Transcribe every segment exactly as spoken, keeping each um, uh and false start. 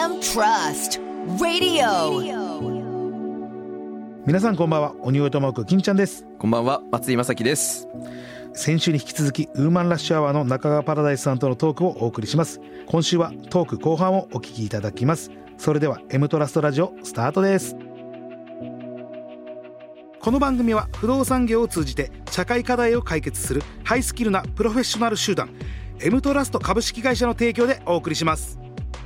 Freedom Trust Radio。 皆さんこんばんは。鬼越トマホーク金ちゃんです。 こんばんは、松井正樹です。 先週に引き続きウーマンラッシュアワーの中川パラダイスさんとのトークをお送りします。今週はトーク後半をお聞きいただきます。それでは M トラストラジオスタートです。この番組は不動産業を通じて社会課題を解決するハイスキルなプロフェッショナル集団 M トラスト株式会社の提供でお送りします。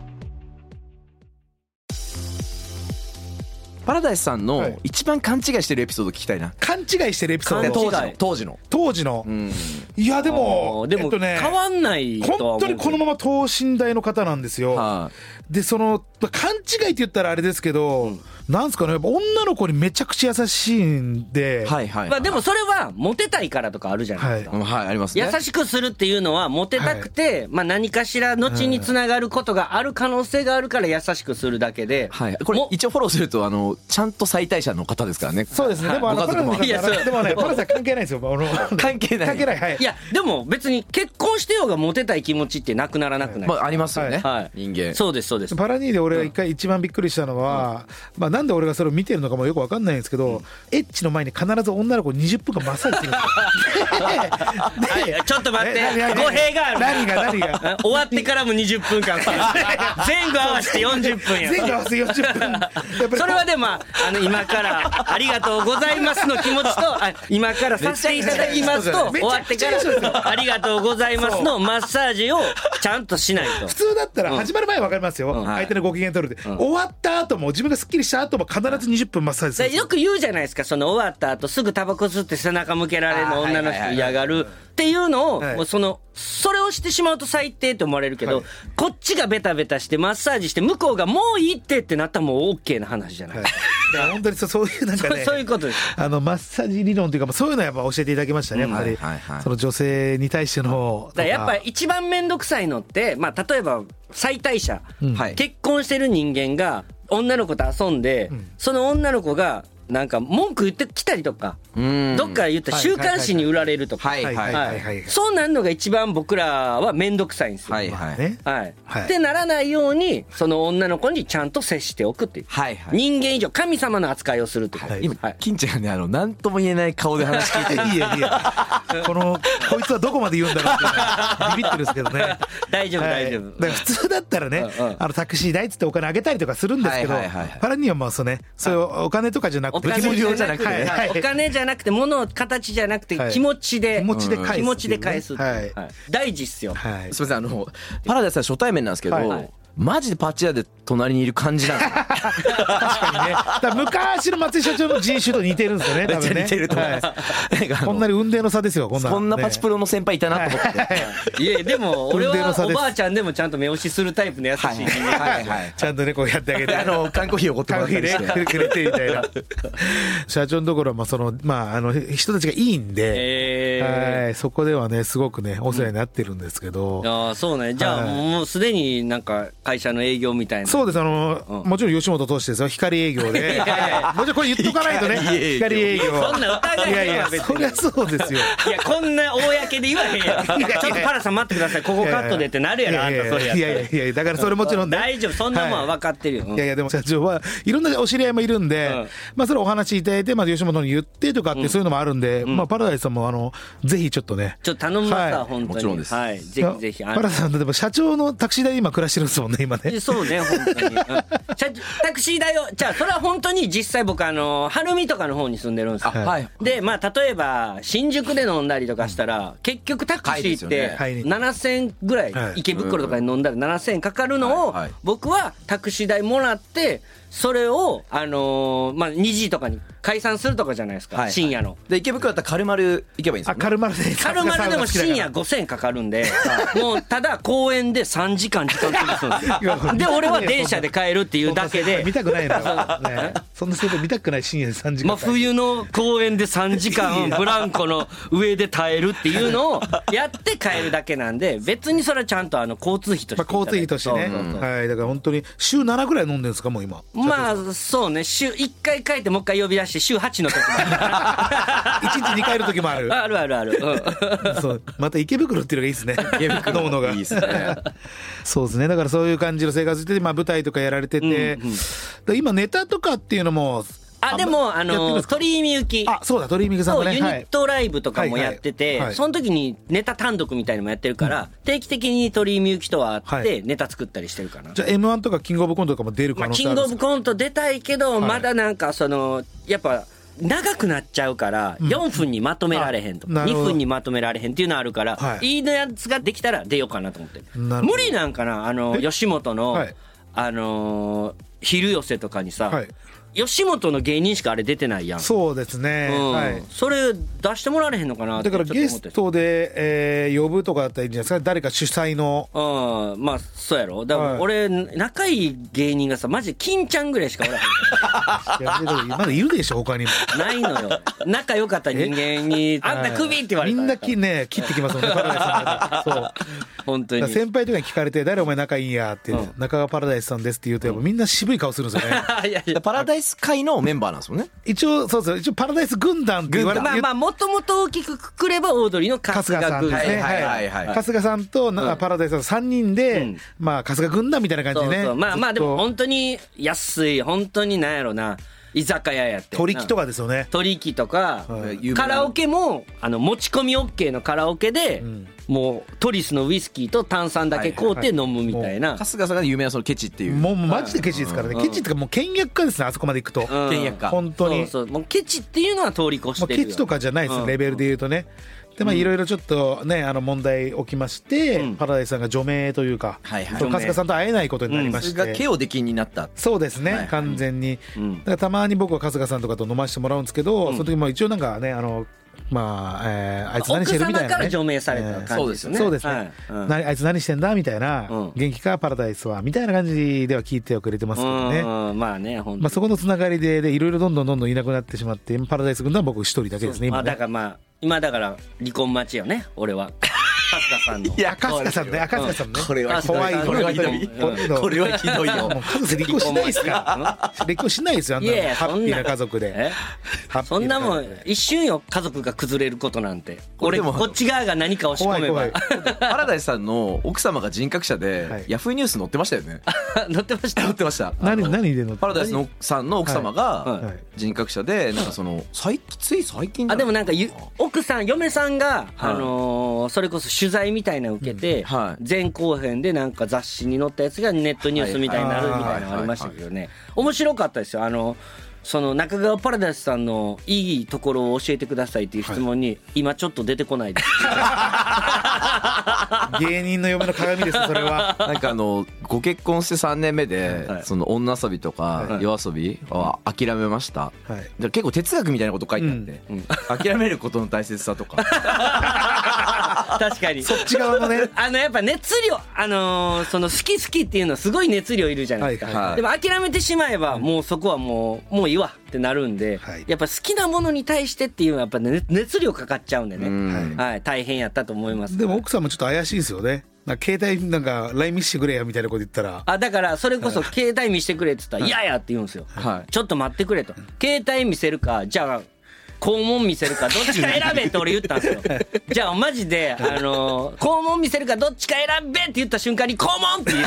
パラダイスさんの一番勘違いしてるエピソード聞きたいな。 勘違いしてるエピソード。 当時の当時の当時の、うん、いやでもでも、 えっとね、 変わんないとは思う。 本当にこのまま等身大の方なんですよ、はあ、でその勘違いって言ったらあれですけど、うん、なんですかね、やっぱ女の子にめちゃくちゃ優しいんで、 はいはい、まあ、でもそれはモテたいからとかあるじゃないですか、 はい、はい、ありますね。 優しくするっていうのはモテたくて、はい、まあ、何かしら後につながることがある可能性があるから優しくするだけで、 はい、これ一応フォローするとあのちゃんと最大者の方ですからね。 そうですね、はい、でもあのパラダイスでもね、パラダイス関係ないですよ。 関係ない関係ない、はい、 いやでも別に結婚してようがモテたい気持ちってなくならなくない、 はい、まあ、ありますよね、 はい、 人間。 そうですそうです。 パラニーで俺が一回一番びっくりしたのは、うん、まあ、なんで俺がそれを見てるのかもよく分かんないんですけど、うん、エッチの前に必ず女の子にじゅっぷんかんマッサージするんですよ。 ちょっと待って、語弊がある。 何が何が終わってからもにじゅっぷんかん前後合わせてよんじゅっぷんや。 前後合わせてよんじゅっぷんそれはでも、まあ、あの今からありがとうございますの気持ちと、あ今からさせていただきますと、終わってからありがとうございますのマッサージをちゃんとしないと。 普通だったら始まる前は分かりますよ、うん、相手のご機嫌取るって、うん、終わった後も自分がスッキリした後も必ずにじゅっぷんマッサージする。 よく言うじゃないですか、その終わった後すぐタバコ吸って背中向けられるの女の人嫌がるっていうのを、はい、もうそのそれをしてしまうと最低って思われるけど、はい、こっちがベタベタしてマッサージして向こうがもういいってってなったらもう OK な話じゃない、はい、 だから本当にそ う, そういうなんかねそ, そういうことです。 あのマッサージ理論というか、まあ、そういうのはやっぱ教えていただきましたね、やっぱり、はいはいはい、その女性に対してのだからやっぱり一番面倒くさいのって、まあ、例えば最大者、うん、結婚してる人間が女の子と遊んで、うん、その女の子がなんか文句言ってきたりとか、どっか言ったら週刊誌に売られるとか、そうなんのが一番僕らは面倒くさいんですよ。はいはいはいはい、ってならないようにその女の子にちゃんと接しておくっていう、はいはい、人間以上神様の扱いをするという、はい、 今、はい、金ちゃんがね、あの何とも言えない顔で話聞いていやいやこのこいつはどこまで言うんだろうってビビってるんですけどね。 大丈夫大丈夫、 だから普通だったらね、うんうん、あのタクシー代っつってお金あげたりとかするんですけど、はいはいはいはい、パラにはまあそうね、そういうお金とかじゃなくて、 お金じゃなくて、はいはい、お金じゃなくて物形じゃなくて気持ちで、はい、気持ちで返す、気持ちで返す、はいはい、大事っすよ、はい、 すみません、あのパラダイスは初対面なんですけど、はいはい、マジでパッチ屋で隣にいる感じなんですか。 確かにね。だから昔の松井社長の人種と似てるんですよね、多分ね。似てると思います、はい、こんなに運命の差ですよ、こんな、ね、 こんなパチプロの先輩いたなと思って、はい、 いやでも俺はおばあちゃんでもちゃんと目押しするタイプの優しい人間、はいはいはい、 ちゃんとねこうやってあげて、 あの缶コーヒーをおごってもらったりしてくれてみたいな。社長のところはまあその、まあ、あの人たちがいいんで、えー、はい、そこではねすごくねお世話になってるんですけど、 うん、あそうね、じゃあ、はい、もうすでになんか会社の営業みたいな。 そうです、あの、うん、もちろん吉本通してですよ、光営業で。いやいやもちろんこれ言っとかないとね、光営業。 そんな疑いいやいや、そりゃそうですよ。 いやこんな公で言わへんやん。ちょっとパラさん待ってください、ここカットでってなるやろ、あんたそれやったら。いやいやいや、だからそれもちろんね。 大丈夫、そんなもんは分かってるよ。 はい、いやいやでも社長はいろんなお知り合いもいるんで、うん、まあそれお話いただいて、まあ吉本に言ってとかってそういうのもあるんで、うん、まあパラダイスさんもあのぜひちょっとね。 ちょっと頼むさ、はい、本当に。 もちろんです。 はい、ぜひぜひ。 パラダイスさんでも社長のタクシー代今暮らしてるんですもんね、今ね。 そうね、本当に。タクシー代を、じゃあそれは本当に実際僕あの晴海とかの方に住んでるんですよ、はい、でまあ例えば新宿で飲んだりとかしたら結局タクシーってななせんぐらい、池袋とかに飲んだらななせんかかるのを僕はタクシー代もらってそれをあのー、まあにじとかに解散するとかじゃないですか、はい、深夜ので池袋だったらカルマル行けばいいんですよ、ね、 あカルマルでカルマルでも深夜ごせんかかるんでもうただ公園でさんじかん時間潰すんですよで俺は電車で帰るっていうだけで見たくないな、ね、そんな先輩見たくない深夜でさんじかん、 まあ、冬の公園でさんじかんブランコの上で耐えるっていうのをやって帰るだけなんで別にそれはちゃんとあの交通費として、 まあ、交通費としてね、うん、はい、だから本当に週ななぐらい飲んでるんですかもう今。 まあそうね、週いっかい帰ってもう一回呼び出して週はちの時もあるいちにちにかいの時もあるあるあるある、うん、 そうまた池袋っていうのがいいですね、池袋飲むのがいいですねそうですね。だからそういう感じの生活してて、まあ舞台とかやられてて、うんうん、今ネタとかっていうのもあでもあの鳥居みゆき、 あそうだ鳥居みゆきさんもね、 ユニットライブとかもやってて、はいはいはい、その時にネタ単独みたいのもやってるから、うん、定期的に鳥居みゆきとは会ってネタ作ったりしてるかな、はい、 じゃあ エムワン とかキングオブコントとかも出る可能性あるんですか？まあ、 キングオブコント出たいけど、はい、まだなんかそのやっぱ長くなっちゃうからよんぷんにまとめられへんと、うん、にふんにまとめられへんっていうのあるから、はい、いいのやつができたら出ようかなと思って。無理なんかな、あの吉本の、はい、あのー、昼寄せとかにさ、はい、吉本の芸人しかあれ出てないやん。 そうですね、うん、はい、 それ出してもらわれへんのかなって。 だからゲストで、えー、呼ぶとかだったらいいんじゃないですか、誰か主催の。 うん、まあそうやろ。だから俺、はい、仲いい芸人がさマジで金ちゃんぐらいしかおらへんいやまだいるでしょ他にも。 ないのよ。仲良かった人間にあんたクビって言われたらみんなき、ね、切ってきますもんねパラダイスさんそう本当に先輩とかに聞かれて誰お前仲いいんやって、うん、中川パラダイスさんですって言うとやっぱみんな渋い顔するんですよねいやいやパラダイス界のメンバーなんですもんね一応。そうそう、一応パラダイス軍団って言われて、 まあまあもともと大きくくくればオードリーの春日軍団、 ね、はいはいはい、はい、春日さんとなんかパラダイスさんさんにんで、うん、まあ春日軍団みたいな感じでね。 そうそう、まあまあでも本当に安い、本当になんやろな、居酒屋やって取引とかですよね。 取引とか、はい、カラオケもあの持ち込み OK のカラオケで、うん、もうトリスのウイスキーと炭酸だけ買うて飲むみたいな、はいはい、 春日さんが有名なそのケチっていう、 もうマジでケチですからね、うん、ケチってかもう倹約家ですね、あそこまで行くと、うん、 倹約家本当に。 そうそう、もうケチっていうのは通り越してるよ。 ケチとかじゃないです、うん、レベルで言うとね。でまあいろいろちょっとねあの問題起きまして、うん、パラダイスさんが除名というか、はいはい、春日さんと会えないことになりまして、うん、 それがケオで金になった。 そうですね、はいはい、完全に、うん、だからたまに僕は春日さんとかと飲ませてもらうんですけど、うん、その時も一応なんかねあのまあ、えー、あいつ何してるみたいな、ね、 奥様から除名された感じですよね。 そうですね、はいうん、あいつ何してんだみたいな、うん、元気かパラダイスはみたいな感じでは聞いてはくれてますけどね。 うん、まあね、本当に、 まあ、そこのつながりでいろいろどんどんどんどんいなくなってしまって、パラダイス軍団は僕一人だけですね。今ね、 まあ、だからまあ今だから離婚待ちよね俺は春日さんの。 いや春日さんね、春日さんね、 これは怖い、これはひどい、これはひどいよ。 もう家族離婚しないですか離婚しないですよ、あんなハッピーな家族で。 そんなもん一瞬よ、家族が崩れることなんて。俺こっち側が何かを仕込めば。 パラダイスさんの奥様が人格者でヤフーニュース載ってましたよね。 載ってました、 載ってました。 何何で載って？ パラダイスのさんの奥様が人格者で、なんかその最つい最近、 あでもなんか奥さん嫁さんがあのそれこそ取材みたいな受けて、前後編でなんか雑誌に載ったやつがネットニュースみたいになるみたいなのがありましたけどね、面白かったですよ。あのその中川パラダイスさんのいいところを教えてくださいっていう質問に、今ちょっと出てこないです芸人の嫁の鏡ですそれは。 なんかあのご結婚してさんねんめで、はい、その女遊びとか夜遊びは諦めました、はい、結構哲学みたいなこと書いてあって、うんうん、諦めることの大切さとか確かにそっち側のね、 あのやっぱ熱量、あのー、その好き好きっていうのはすごい熱量いるじゃないですか、はいはい、でも諦めてしまえばもうそこはもうもういいわってなるんで、はい、やっぱ好きなものに対してっていうのはやっぱ、ね、熱量かかっちゃうんでね、はい、大変やったと思います。 でも奥さんもちょっと怪しいですよね。なんか携帯なんか ライン 見してくれやみたいなこと言ったら、 あだからそれこそ携帯見してくれって言ったら嫌やって言うんですよ、はい、ちょっと待ってくれと、携帯見せるかじゃあ肛門見せるかどっちか選べって俺言ったんですよじゃあマジで、あのー、肛門見せるかどっちか選べって言った瞬間に肛門って言う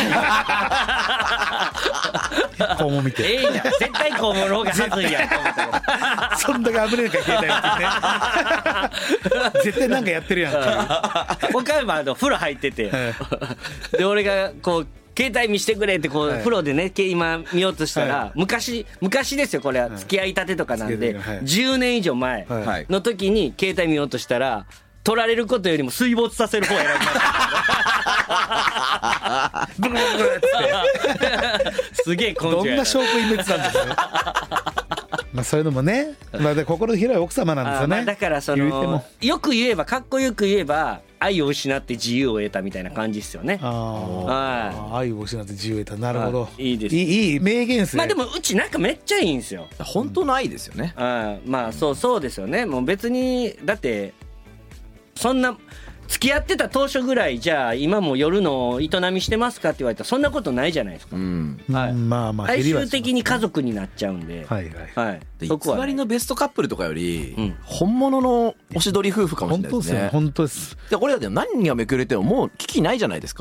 肛門見てええやん、絶対肛門の方が恥ずいやんと思ったそんだけ危ねえか携帯見てね絶対なんかやってるやんっていう。 僕は今あの風呂入っててで俺がこう携帯見してくれってこう、はい、風呂でね今見ようとしたら、はい、昔昔ですよこれは付き合いたてとかなんで、はい、じゅうねん以上前の時に携帯見ようとしたら取られることよりも水没させる方を選びましたブルブルブルってすげえ根性やな。 どんな証拠隠滅なんですねまあそういうのもね、まあ、で心広い奥様なんですよね。 まあだからそのよく言えばかっこよく言えば愛を失って自由を得たみたいな感じですよね。 ああ、愛を失って自由を得た、なるほど。 いいです。 いい、いい名言ですね。 まあでもうちなんかめっちゃいいんですよ。 本当の愛ですよね。 あまあそうそうですよね。もう別にだってそんな付き合ってた当初ぐらいじゃあ今も夜の営みしてますかって言われたらそんなことないじゃないですか、うんはい、まあまあ最終的に家族になっちゃうんで、はいはいはい、 で偽りのベストカップルとかより、うん、本物のおしどり夫婦かもしれないですね。 本当ですね、本当です。 でこれだって何がめくれてももう危機ないじゃないですか。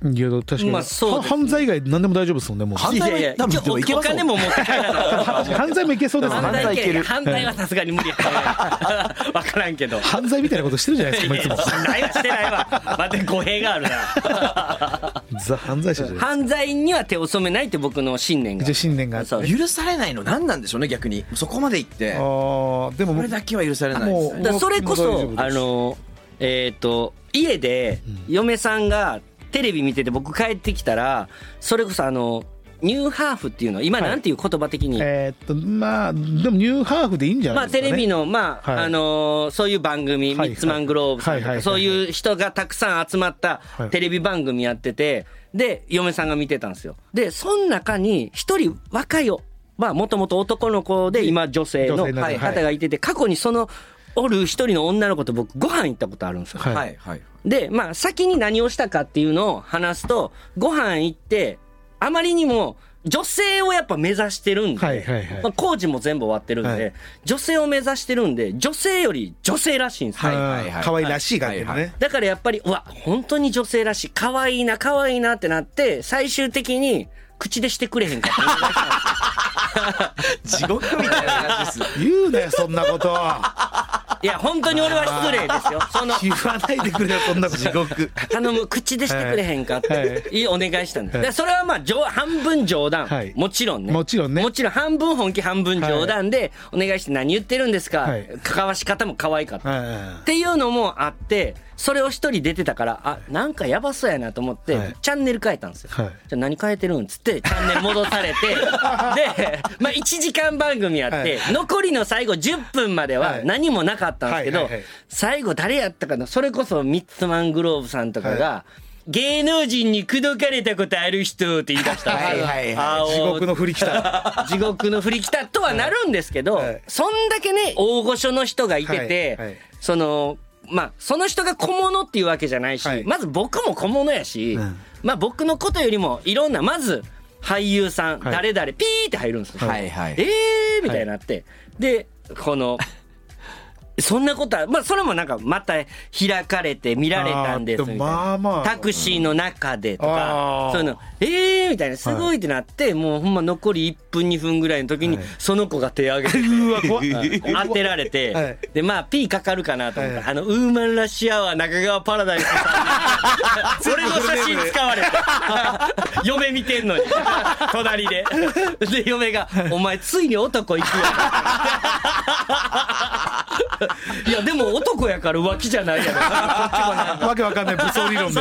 いや確かに、 まあそうですね、 犯罪以外何でも大丈夫ですもんねもう。 犯罪いやいや多分でもいけますもんお金も持って帰らない犯罪もいけそうですね。 犯罪いける。 はい犯罪はさすがに無理やから分からんけど犯罪みたいなことしてるじゃないですかいつも。 ないわしてないわ。待って語弊があるな。 ザ犯罪者じゃないですか。 犯罪には手を染めないって僕の信念が。 じゃあ信念があって。 そう許されないの何なんでしょうね逆に。そこまで行ってあーでもこれだけは許されないですね。 だからそれこそもう大丈夫ですあのえっと家で嫁さんがテレビ見てて僕帰ってきたらそれこそあのニューハーフっていうの今なんていう言葉的に、 えーっとまあでもニューハーフでいいんじゃまあないですかね。 テレビのまあはいあのそういう番組はいミッツマングローブさんとはいはいはいかそういう人がたくさん集まったテレビ番組やっててで嫁さんが見てたんですよ。でその中に一人若いよまあもともと男の子で今女性の女性になる方がいてて過去にそのおる一人の女の子と僕ご飯行ったことあるんですよ。 はいはいはいでまあ先に何をしたかっていうのを話すとご飯行ってあまりにも女性をやっぱ目指してるんで、 はいはいはいまあ、工事も全部終わってるんで、 はい女性を目指してるんで女性より女性らしいんですよ、 はいはいはい可愛らしい感じのね。 だからやっぱりうわ本当に女性らしい可愛いな可愛いなってなって最終的に口でしてくれへんかってお願いしたんですよ地獄みたいな感じです言うなよそんなこと。 いや本当に俺は失礼ですよその言わないでくれよそんなこと。 地獄頼む口でしてくれへんかっはいていお願いしたんです、 はいでそれはまあ冗半分冗談、 はいもちろんねもちろんねもちろん半分本気半分冗談でお願いして何言ってるんですか、 はい関わし方も可愛かった、 はいっていうのもあってそれを一人出てたからあなんかやばそうやなと思って、 はいチャンネル変えたんですよ、 はいじゃあ何変えてるんっつってチャンネル戻されてで、まあ、いちじかん番組やって、 はい残りの最後じゅっぷんまでは何もなかったんですけど、 はいはいはい最後誰やったかなそれこそミッツマングローブさんとかが、 は芸能人に口説かれたことある人って言い出したんですよ。 はいはいはいあー地獄の振り来た。 地獄の振り来たとはなるんですけど、 はいそんだけね大御所の人がいてて、 はいはいそのまあその人が小物っていうわけじゃないし、 はいまず僕も小物やし、 うんまあ僕のことよりもいろんなまず俳優さん、 はい誰々ピーって入るんですよ。 はいはいえーみたいになって、でこのそんなことはまあそれもなんかまた開かれて見られたんですみたいな、 あーでもまあまあタクシーの中でとあかーそういうのえーみたいなすごいってなって、もうほんま残りいっぷんにふんぐらいの時にはいその子が手挙げてうわ怖っ当てられて、 はいでまあ P かかるかなと思ったら、 はいあのウーマンラッシュアワー中川パラダイスさんに俺の写真使われて嫁見てんのに隣でで嫁が「お前ついに男行くよ」いやでも男やから浮気じゃないやろこっちもなんかわけわかんない武装理論で。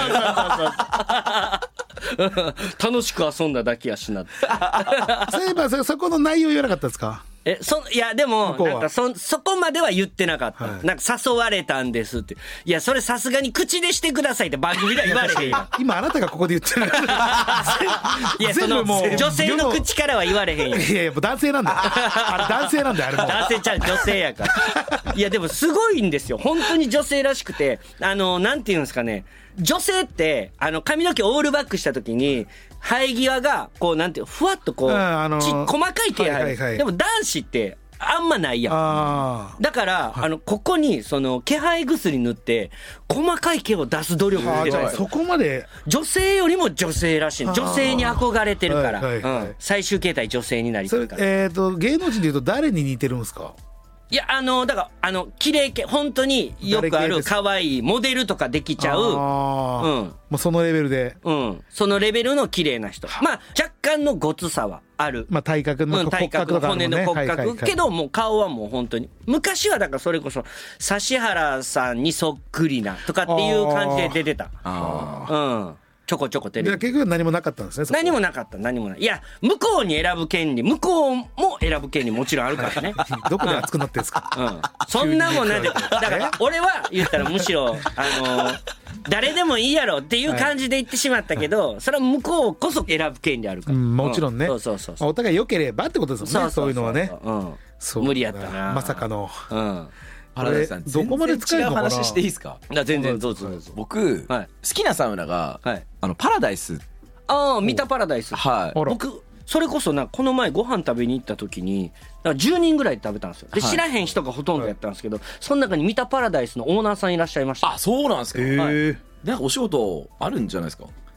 楽しく遊んだだけやしなってそういえばそそこの内容言わなかったですか。 えそいやでも向こうはなんかそそこまでは言ってなかった、 はいなんか誘われたんですっていやそれさすがに口でしてくださいって番組では言われへんやん今あなたがここで言ってる。 いやその全部もう女性の口からは言われへんやんいやいやもう男性なんだよ。あれ男性なんだよあれもう。 男性ちゃう女性やからいやでもすごいんですよ本当に女性らしくてあのなんていうんですかね女性ってあの髪の毛オールバックした時に生え際がこうなんていうふわっとこう、 うんあのーち細かい毛入る、 はいはいはいでも男子ってあんまないやんあだから、あのここにその気配薬塗って細かい毛を出す努力あ。 してたんですよあじゃあそこまで。 女性よりも女性らしい女性に憧れてるから、 はいはいはいうん、最終形態女性になりたそれいからえっと芸能人でいうと誰に似てるんですか。 いやあのだからあの綺麗系本当によくある誰系ですか可愛いモデルとかできちゃうあーうんもうそのレベルで。 うんそのレベルの綺麗な人まあ若干のごつさはあるまあ体格のうん、体格骨格とかある骨もんね。 の骨格、 はいはいはいけどもう顔はもう本当に昔はだからそれこそ指原さんにそっくりなとかっていう感じで出てたあうんちょこちょこテレビじゃあ結局何もなかったんですね。そこ何もなかった何もないいや向こうに選ぶ権利向こうも選ぶ権利もちろんあるからねどこで熱くなってんですか。 うんそんなもんなんでだから俺は言ったらむしろあのー誰でもいいやろっていう感じで言ってしまったけど、それは向こうこそ選ぶ権利あるから、 うんもちろんね。 そうそうそうまあお互い良ければってことですもんね。そういうのはね。 うんそう無理やったなまさかの。 うんパラダイスさんこれどこまで使えるのかな全然違う話していいですか。 いや全然どうぞどうぞ僕、 はい好きなサウナが、 はいあのパラダイス。 ああ見たパラダイスはいあら僕それこそなこの前ご飯食べに行った時にだからじゅうにんぐらいで食べたんですよで、 はい知らへん人がほとんどやったんですけど、その中に見たパラダイスのオーナーさんいらっしゃいましたあ、そうなんですか。 へえ。 なんかお仕事あるんじゃないですか。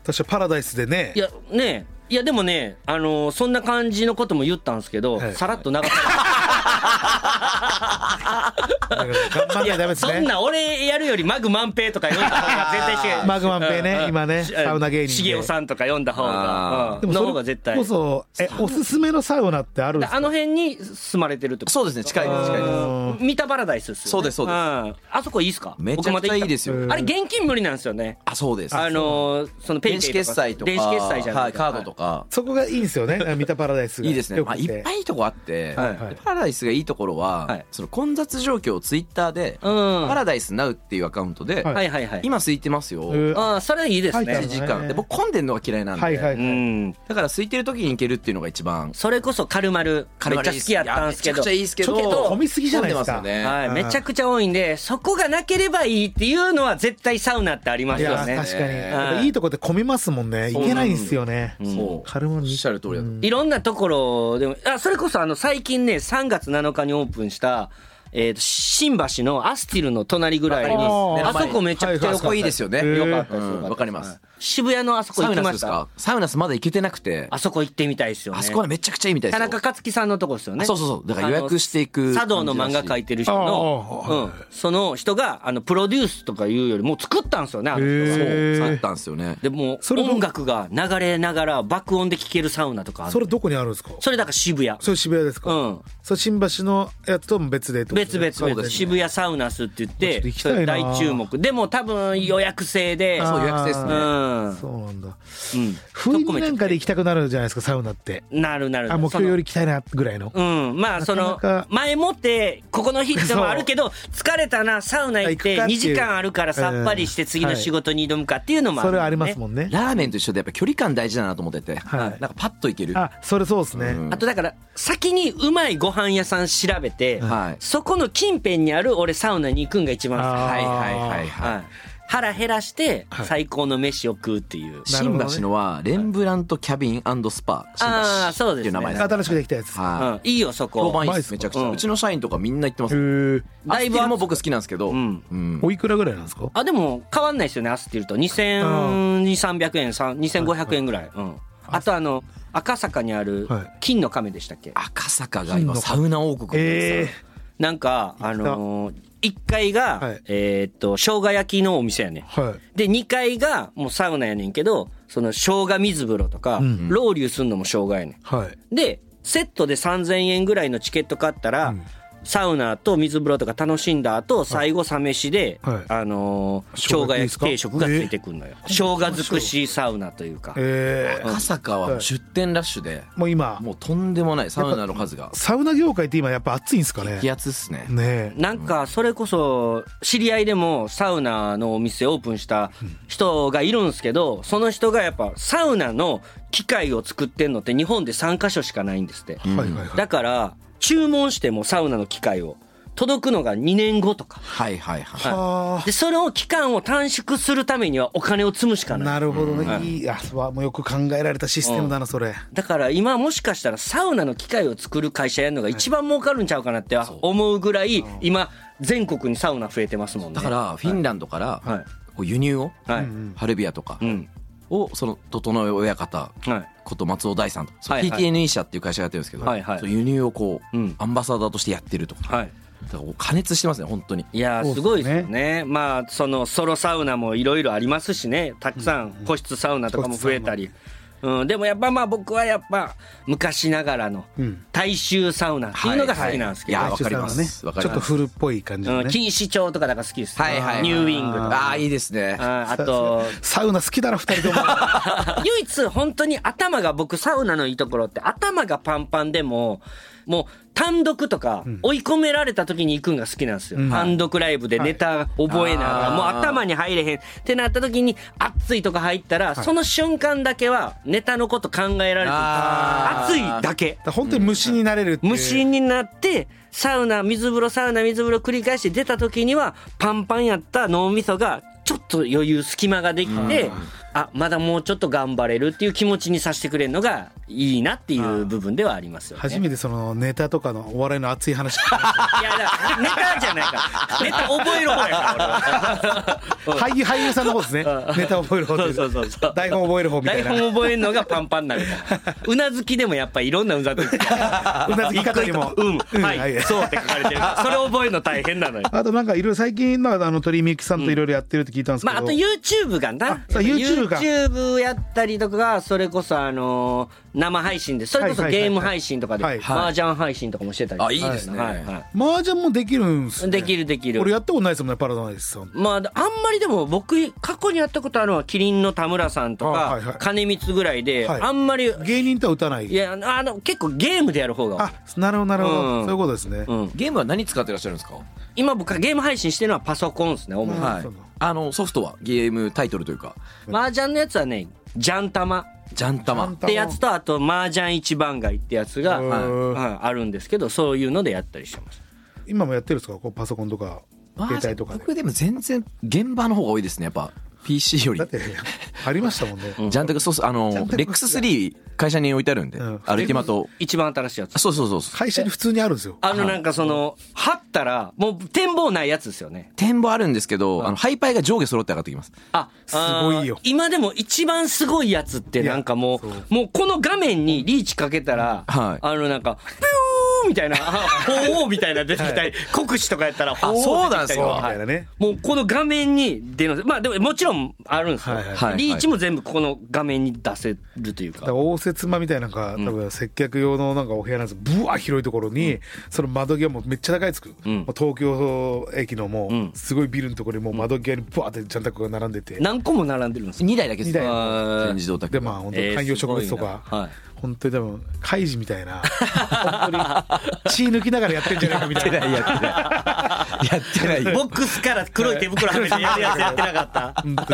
確かパラダイスでね。 いやねいやでもね、あのー、そんな感じのことも言ったんですけど、はい、さらっと流され頑張んないダメですね。 そんな俺やるよりマグ万平とか読んだ方が絶対違う。 マグ万平ね、うん、今ねサウナ芸人で茂雄さんとか読んだ方が、うん、の方が絶対。 こそえおすすめのサウナってあるんですか？ あの辺に住まれてるってこと？ そうですね、近いです近いです。 三田パラダイスですよね。 そうですそうです。 あそこいいですか？ めちゃくちゃいいですよ。 あれ現金無理なんですよね。 あ、そうです。 あのー、そのペイペイとか電子決済とか電子決済じゃないですか、 はい、カードとか。 そこがいいんですよね、三田パラダイスが。 いいですね。まあ、いっぱいいいとこあって、はい、パラダイスがいいところは、はい、その混雑状況をツイッターで、うん、パラダイスナウっていうアカウントで、はいはいはい、今空いてますよ。 ああ、それいいですね。 いちじかんで、僕混んでんのが嫌いなんで、はいはいはい、うん、だから空いてる時に行けるっていうのが一番。 それこそカルマルめっちゃ好きやったんですけど、 めちゃくちゃいいですけど、 混みすぎじゃないですか。 ね、 はい、めちゃくちゃ多いんで、そこがなければいいっていうのは絶対サウナってありますよね。 いや確かに、やっぱいいとこって混みますもんね。行けないんですよね。 そう、 カルマルおっしゃる通りだと、うん、 いろんなところでも、あ、それこそあの最近ねさんがつなのかにオープンしたえー、と新橋のアスティルの隣ぐらいあります。あそこめちゃくちゃ良かった。 そこいいですよね。 よかったです。 わ、うん、かります。 渋谷のあそこ行きました。 サウナスですか？サウナスまだ行けてなくて。 あそこ行ってみたいですよね。 あそこはめちゃくちゃいいみたいですよ。 田中克樹さんのとこですよね。 そうそうそう。だから予約していく。 茶道の漫画描いてる人の、うん、その人があのプロデュースとかいうよりもう作ったんですよね。あの人がそう作ったんですよね。 でも音楽が流れながら爆音で聴けるサウナとかある。 それどこにあるんですか？ それだから渋谷。 それ渋谷ですか？うん。それ新橋のやつとも別で。 別々別々。渋谷サウナスって言ってそれ大注目。でも多分予約制で。 そう予約制ですね。うん。 そうなんだ。うん。不意になんかで行きたくなるじゃないですかサウナって。 なるなる。 あ、もう今日より行きたいなぐらいの。 うん。まあその前もってここの日でもあるけど疲れたなサウナ行ってにじかんあるからさっぱりして次の仕事に挑むかっていうのもある、ね。 それはありますもんね。 ラーメンと一緒でやっぱ距離感大事だなと思ってて。はい。なんかパッと行ける。 あ、それそうですね。 あとだから先にうまいご飯屋さん調べて、はい、そこの近辺にある俺サウナに行くんが一番好き。 はいはいはいはい。 腹減らして最高の飯を食うっていう、 はい、新橋のはレンブラントキャビン&スパ新橋ああそうですね、 新しくできたやつ、 はい、うん、いいよそこ評判いいですめちゃくちゃ、うん、うちの社員とかみんな行ってます。へアスティルも僕好きなんですけど、うんうん、おいくらぐらいなんですか？ あでも変わんないですよねアスティルとにせんにひゃく、さんびゃくえんにせんごひゃくえんぐらい、うん、あとあの赤坂にある金の亀でしたっけ？ 赤坂が今サウナ王国です、 えーなんかあのー、いっかいが、はい、えー、っと生姜焼きのお店やねん、はい、でにかいがもうサウナやねんけどその生姜水風呂とか、うん、ロウリュすんのも生姜やねん、はい、でセットでさんぜんえんぐらいのチケット買ったら、うん、サウナと水風呂とか楽しんだ後最後サ飯で、はい、あのー、生姜焼き定食がついてくるのよ、えー、生姜尽くしサウナというか、 えー、赤坂は出店ラッシュでもう今もうとんでもないサウナの数がサウナ業界って今やっぱ熱いんですかね？ 激アツっすね。 ねなんかそれこそ知り合いでもサウナのお店オープンした人がいるんですけどその人がやっぱサウナの機械を作ってんのって日本でさんかしょしかないんですって、うん、だから注文してもサウナの機械を届くのがにねんごとか。 はいはいはい。はで、その期間を短縮するためにはお金を積むしかない。 なるほどね。いい。あ、もうよく考えられたシステムだな、それ。 だから今もしかしたらサウナの機械を作る会社やるのが一番儲かるんちゃうかなって思うぐらい、今、全国にサウナ増えてますもんね。 だから、フィンランドから輸入を、はい、ハルビアとかを、その、整え親方、こと松尾大さんと、ピーティーエヌイー 社っていう会社がやってるんですけど、はいはい、輸入をこう、アンバサダーとしてやってるとか。はいだから加熱してますね本当に。 いやすごいですよね。まあそのソロサウナもいろいろありますしねたくさん個室サウナとかも増えたり、うん、でもやっぱまあ僕はやっぱ昔ながらの大衆サウナっていうのが好きなんですけど、 はいはい、いやわかります、 ね、ちょっと古っぽい感じのね、 うん、錦糸町とかだから好きです、ねはいはいはい、ニューウィングとかああいいですね。 あ, あとサウナ好きだろふたりとも唯一本当に頭が僕サウナのいいところって頭がパンパンでももう単独とか追い込められた時に行くんが好きなんですよ、うん、単独ライブでネタ覚えながら、はい、もう頭に入れへんってなった時に熱いとか入ったら、はい、その瞬間だけはネタのこと考えられて熱いだけ本当に無心になれるっていう、 無心になってサウナ水風呂サウナ水風呂繰り返して出た時にはパンパンやった脳みそがちょっと余裕隙間ができてあまだもうちょっと頑張れるっていう気持ちにさせてくれるのがいいなっていう部分ではありますよね。 初めてそのネタとかのお笑いの熱い話聞きましたいやだからネタじゃないからネタ覚える方やから俺は俳優俳優さんの方ですね。ネタ覚える方ってそうそうそう台本覚える方みたいな。 台本覚えるのがパンパンになるからうなずきでもやっぱりいろんなうなずきうなずき方にもうん、 うんはい、はい、そうって書かれてるそれ覚えるの大変なのよ。 あとなんかいろいろ最近のあの鳥居みゆきさんといろいろやってるって聞いたんですけど、 まあ、あと YouTube がな、 そう YouTube が YouTube やったりとか、それこそあの生配信で、それこそゲーム配信とかで、麻雀配信とかもしてたりとか。 あ、いいですね。はいはい、 麻雀もできるんすね。 できるできる。 俺やったことないですもんね、パラダイスさん。 まあ、あんまりでも僕、過去にやったことあるのは、キリンの田村さんとか、はいはい、金光ぐらいで、はい、あんまり。 芸人とは打たない。 いや、あの、結構ゲームでやる方が。 あ、なるほどなるほど、うん。そういうことですね、 うん。ゲームは何使ってらっしゃるんですか？ 今僕はゲーム配信してるのはパソコンですね、主に。 はい。あの、ソフトはゲームタイトルというか。 麻雀のやつはね、ジャンタマ。 ジャンタマってやつと、あと麻雀一番街ってやつが、はい、あるんですけど、そういうのでやったりしてます。 今もやってるんですか？こうパソコンとか携帯とかで。 僕でも全然現場の方が多いですね、やっぱ ピーシー より。 だってありましたもんね。 ジャンタク、そうそう、あのレックススリー会社に置いてあるんで、うん、アルティマと一番新しいやつ。 そうそうそうそう。 会社に普通にあるんですよ。 あのなんかその貼ったらもう展望ないやつですよね。 展望あるんですけど、うん、あのハイパイが上下揃って上がってきます。 あ、 すごいよ。 今でも一番すごいやつってなんかもうもうこの画面にリーチかけたら、はい、あのなんかピューみたいな、ほーみたいな出てきたり、国士とかやったらほーそうなんですよ。 みたいなね。 もうこの画面に出る、まあでももちろんあるんですよ。リーチも全部この画面に出せるというか。 応接間みたいなのが多分接客用のなんかお部屋なんです。ブワー広いところにその窓際もめっちゃ高いつく。東京駅のもうすごいビルのところにもう窓際にブワーってジャンタクが並んでて。 何個も並んでるんですか？ にだいだけです。 にだい。 全自動卓。 でまあ本当観葉植物とか。本当に多分カイジみたいな本当に血抜きながらやってんじゃないかみたいな。 やってないやってないボックスから黒い手袋はめてやるやつやってなかった。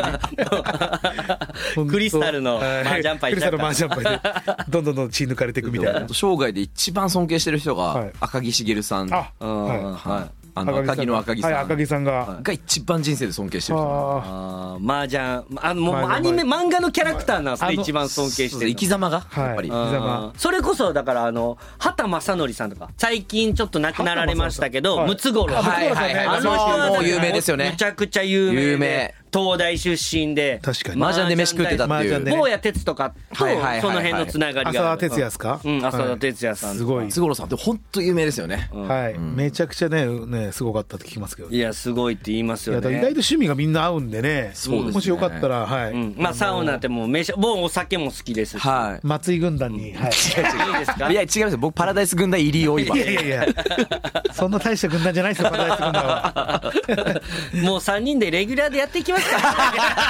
本当にクリスタルの麻雀パイ。 クリスタルの麻雀パイでどんどんどん血抜かれていくみたいな。 生涯で一番尊敬してる人が赤木しげるさん。 あ、はい。 あの赤木の赤木さん、 はい、赤木さんがが一番人生で尊敬してる人。 ああ、麻雀、あのもうアニメ漫画のキャラクターなんですね、一番尊敬してる。 生き様がやっぱり。 生き様。 それこそだからあの畑正則さんとか最近ちょっと亡くなられましたけど、ムツゴロウ。 はいはいはい。あの人も有名ですよね。 めちゃくちゃ有名。 有名。 東大出身で確かに麻雀で飯食ってたっていう坊や哲とかとその辺のつながりが。 浅田哲也ですか？ うん、浅田哲也さん。 すごい。 ムツゴロウさんって本当有名ですよね。 はい。めちゃくちゃねねすごかったって聞きますけど。 いやすごいって言いますよね。 意外と趣味がみんな合うんでね。もしよかったらはい。 まあサウナってもうめちゃもうお酒も好きですし。 はい。松井軍団に。はい。いいですか？ いや違いますよ。僕パラダイス軍団入りを今。 いやいやいや。そんな大した軍団じゃないですよパラダイス軍団は。 もうさんにんでレギュラーでやっていきますか。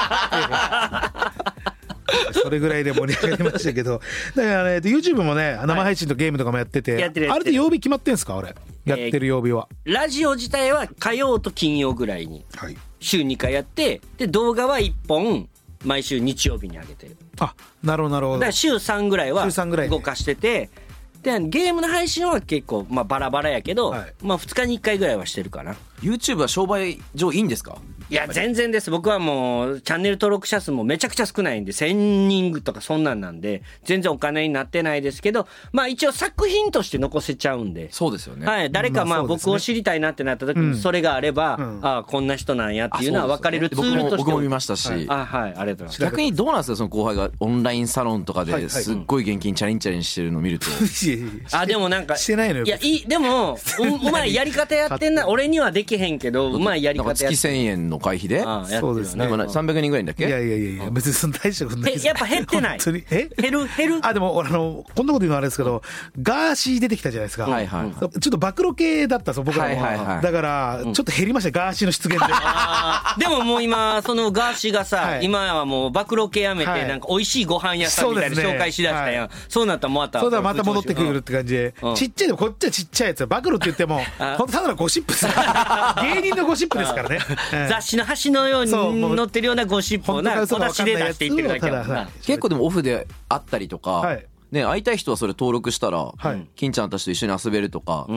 それぐらいで盛り上がりましたけど、だからね YouTube もね生配信とゲームとかもやってて、あれって曜日決まってんすか？俺やってる曜日は、 えー、ラジオ自体は火曜と金曜ぐらいに週にかいやって、で動画はいっぽん毎週日曜日に上げてる。 あ、なるほどなるほど。 だから週さんぐらいは動かしてて、でゲームの配信は結構まあバラバラやけど、はい、まあふつかにいっかいぐらいはしてるかな。 YouTube は商売上いいんですか？ いや全然です。僕はもうチャンネル登録者数もめちゃくちゃ少ないんでせんにんとかそんなんなんで全然お金になってないですけど、まあ一応作品として残せちゃうんで。 そうですよね。 はい、誰かまあ僕を知りたいなってなった時にそれがあれば、うん、ああこんな人なんやっていうのは分かれるツールとして。 僕も見ましたし、はい、 あはいありがとうございます。 逆にどうなんですかその後輩がオンラインサロンとかですっごい現金チャリンチャリンしてるのを見るとあでもなんかしてないのよ。 いやいいでもうまいやり方やってんな。俺にはできへんけどうまいやり方やってん。 月せんえんの会費で。ああそうですね。 さんびゃくにんぐらいんだっけ？ いやいやいや別にその大したことないです。 やっぱ減ってない。 本当にえ減る減る。 あでもあのこんなこと言うのはあれですけど、ガーシー出てきたじゃないですか。 はいはい。 ちょっと暴露系だったんですよ僕らも。はいはいはい。だからちょっと減りましたガーシーの出現で。でももう今そのガーシーがさ今はもう暴露系やめてなんか美味しいご飯屋さんみたいな紹介しだしたやん。そうなったらまた。 そうだまた戻ってくるって感じで。ちっちゃいでこっちはちっちゃいやつ。暴露って言っても本当ただのゴシップです。芸人のゴシップですからね。 雑誌の端のように載ってるようなゴシップをな小出しで出していってるだけだな。 結構でもオフであったりとか、はい、ね会いたい人はそれ登録したら、はい、金ちゃんたちと一緒に遊べるとか、はい、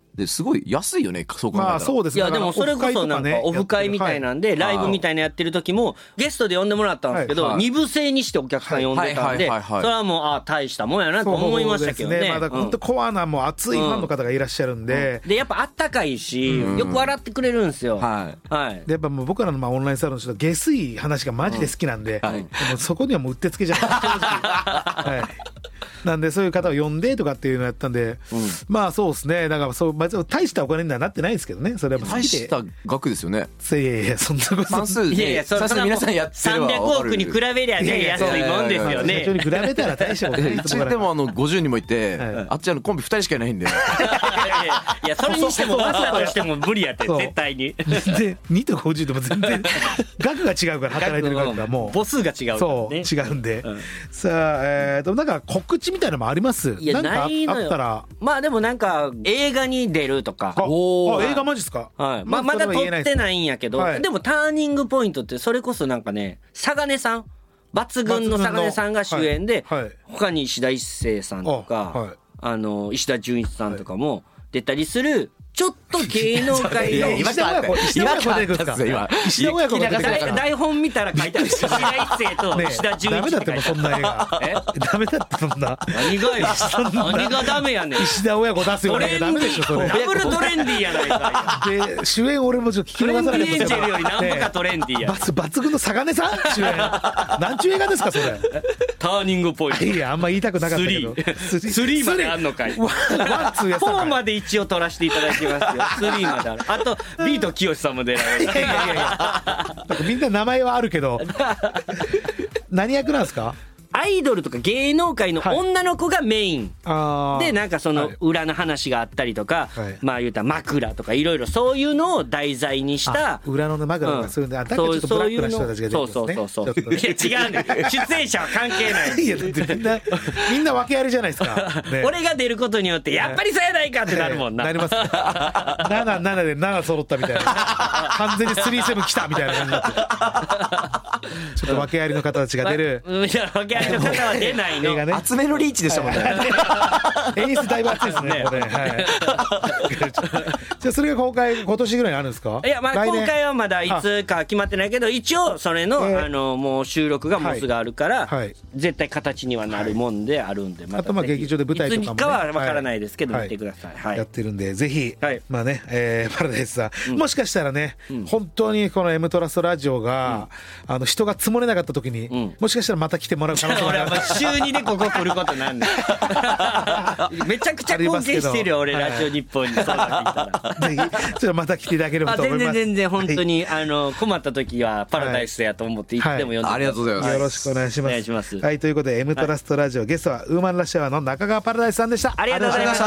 ですごい安いよね、そう考えたら。 まあそうですね。 いやでもそれこそなんかオフ会みたいなんでライブみたいなやってる時もゲストで呼んでもらったんですけど、二部制にしてお客さん呼んでたんで、それはもうああ大したもんやなと思いましたけどね。 まだ本当コアなもう熱いファンの方がいらっしゃるんで、 でやっぱあったかいしよく笑ってくれるんですよ。 はいはい。 でやっぱもう僕らのまあオンラインサロンの人は下水話がマジで好きなんで、もうそこにはもううってつけじゃない。はい。なんでそういう方を呼んでとかっていうのをやったんで、うん、まあそうですね。だからそう、まあ、大したお金にはなってないですけどね。それは大した額ですよね。 いやいやそんなこと算数で、いやいやそれ皆さんやってればさんびゃくおくに比べりゃね安いもんですよね。 社長に比べたら大したことない。 うちでもあのごじゅうにんもいて、はい、あっちあのコンビふたりしかいないんで。いやいやいやそれにしてもマスターとしても無理やって絶対に。 でにとごじゅうでも全然額が違うから働いてる額がもう母数が違うからね。 そう違うんで、うん、さあえっとなんか告知みたいなのもあります？ いやなんかあないのよ。 ったらまあでもなんか映画に出るとか。 ああ映画マジっすか？ はい。まあまだ撮ってないんやけど、はい、でもターニングポイントってそれこそなんかね、サガネさん、抜群のサガネさんが主演で、はいはい、他に石田一生さんとか、あ、はい、あの石田純一さんとかも出たりする。ちょっと芸能界の石田親子石田親子出てくるんですか？今石田親子が出てくるから。 台本見たら書いてある。石田一生と石田純一。 ダメだってもそんな映画。え？ダメだってそんな。 何がよ。何がダメやねん。 石田親子出すよね。ダメでしょそれ。 ダブルトレンディーやないか。 で主演俺もちょっと聞き逃さないで。 トレンディエンジェルより何ぼかトレンディーや。 抜群のサガネさん主演。何ちゅう映画ですかそれ。 ターニングポイント。 いやあんま言いたくなかったけど。 スリーまであんのかい。ワンツーや。フォーまで一応取らせていただきますよ。あとビートきよしさんも出られる。いやいやいやみんな名前はあるけど何役なんですか？ アイドルとか芸能界の女の子がメイン、はい、でなんかその裏の話があったりとか、はい、まあ言うたら枕とかいろいろそういうのを題材にした裏の枕とかそういうの、うん、だからちょっとブラックな人たちが出てるんですね。 そうそうそうそう、ね、いや違うね出演者は関係ないいやだってみんなみんな訳ありじゃないですか、 ね、俺が出ることによってやっぱりそうやないかってなるもんな、 なりますななななでなな揃ったみたいな完全にスリーセブン来たみたいな感じになってちょっと訳ありの方たちが出る、 まあ、いや訳ありの方は出ないの、 ね、 厚めのリーチでしたもんね演出だいぶ熱いですねねこれ、はい、じゃあそれが公開今年ぐらいにあるんですか？ いやまあ公開はまだいつか決まってないけど一応それの、えー、あのもう収録がもうすぐあるから、はいはい、絶対形にはなるもんであるんで、またあとまあ劇場で舞台とかも、ね、 いつかは分からないですけど、はい、見てください、はい、 やってるんでぜひ、はい、まあね、えー、パラダイスさん、うん、もしかしたらね、うん、本当にこの M トラストラジオが、うん、あの人が積もれなかった時に、うん、もしかしたらまた来てもらう可能性がある。 俺は週にでここ来ることなんだめちゃくちゃ貢献してるよ俺、はい、ラジオ日本にそうだって言ったらぜひちょっとまた来ていただければと思います。 全然全然本当に、はい、あの困った時はパラダイスやと思っていつでも呼んで、はい、 ありがとうございます。 よろしくお願いします。 お願いします。 はいということで M トラストラジオ、はい、ゲストはウーマンラッシュアワーの中川パラダイスさんでした。 ありがとうございました。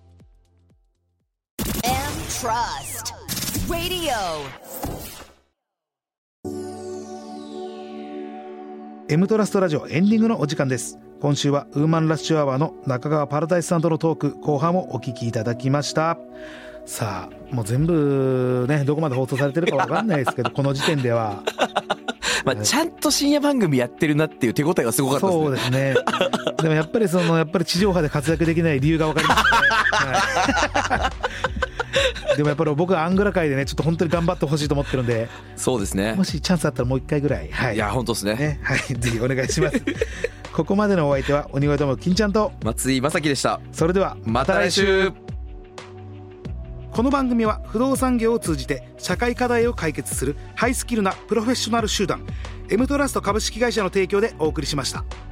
M Trust Radio M トラストラジオエンディングのお時間です。今週はウーマンラッシュアワーの中川パラダイスさんとのトーク後半をお聞きいただきました。さあもう全部ねどこまで放送されてるか分かんないですけどこの時点ではまあ、ちゃんと深夜番組やってるなっていう手応えがすごかったですね。 そうですねでもやっぱりそのやっぱり地上波で活躍できない理由が分かりましたね、はい、でもやっぱり僕はアングラ界でねちょっと本当に頑張ってほしいと思ってるんで、 そうですね、 もしチャンスあったらもう一回ぐらい、はい、 いや本当です ね, ね、はい、ぜひお願いしますここまでのお相手は鬼越トモ金ちゃんと松井正樹でした。 それではまた来週。 この番組は不動産業を通じて社会課題を解決するハイスキルなプロフェッショナル集団 M トラスト株式会社の提供でお送りしました。